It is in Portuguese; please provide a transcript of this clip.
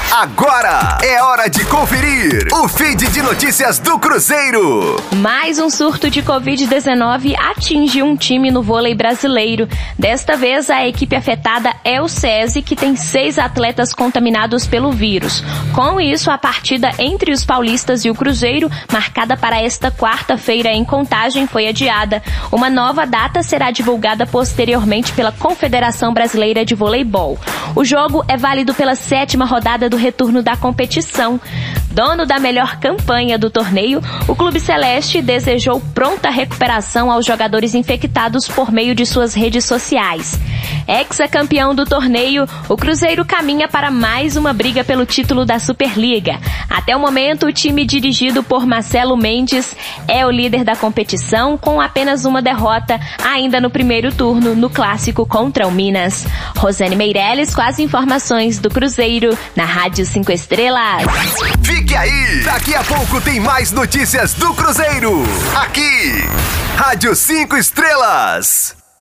Agora é hora de conferir o feed de notícias do Cruzeiro. Mais um surto de Covid-19 atingiu um time no vôlei brasileiro. Desta vez, a equipe afetada é o SESI, que tem 6 atletas contaminados pelo vírus. Com isso, a partida entre os paulistas e o Cruzeiro, marcada para esta quarta-feira em Contagem, foi adiada. Uma nova data será divulgada posteriormente pela Confederação Brasileira de Voleibol. O jogo é válido pela 7ª rodada do retorno da competição. Dono da melhor campanha do torneio, o Clube Celeste desejou pronta recuperação aos jogadores infectados por meio de suas redes sociais. Ex-campeão do torneio, o Cruzeiro caminha para mais uma briga pelo título da Superliga. Até o momento, o time dirigido por Marcelo Mendes é o líder da competição, com apenas uma derrota ainda no primeiro turno no clássico contra o Minas. Rosane Meirelles com as informações do Cruzeiro na Rádio 5 Estrelas. Fique aí! Daqui a pouco tem mais notícias do Cruzeiro. Aqui, Rádio 5 Estrelas.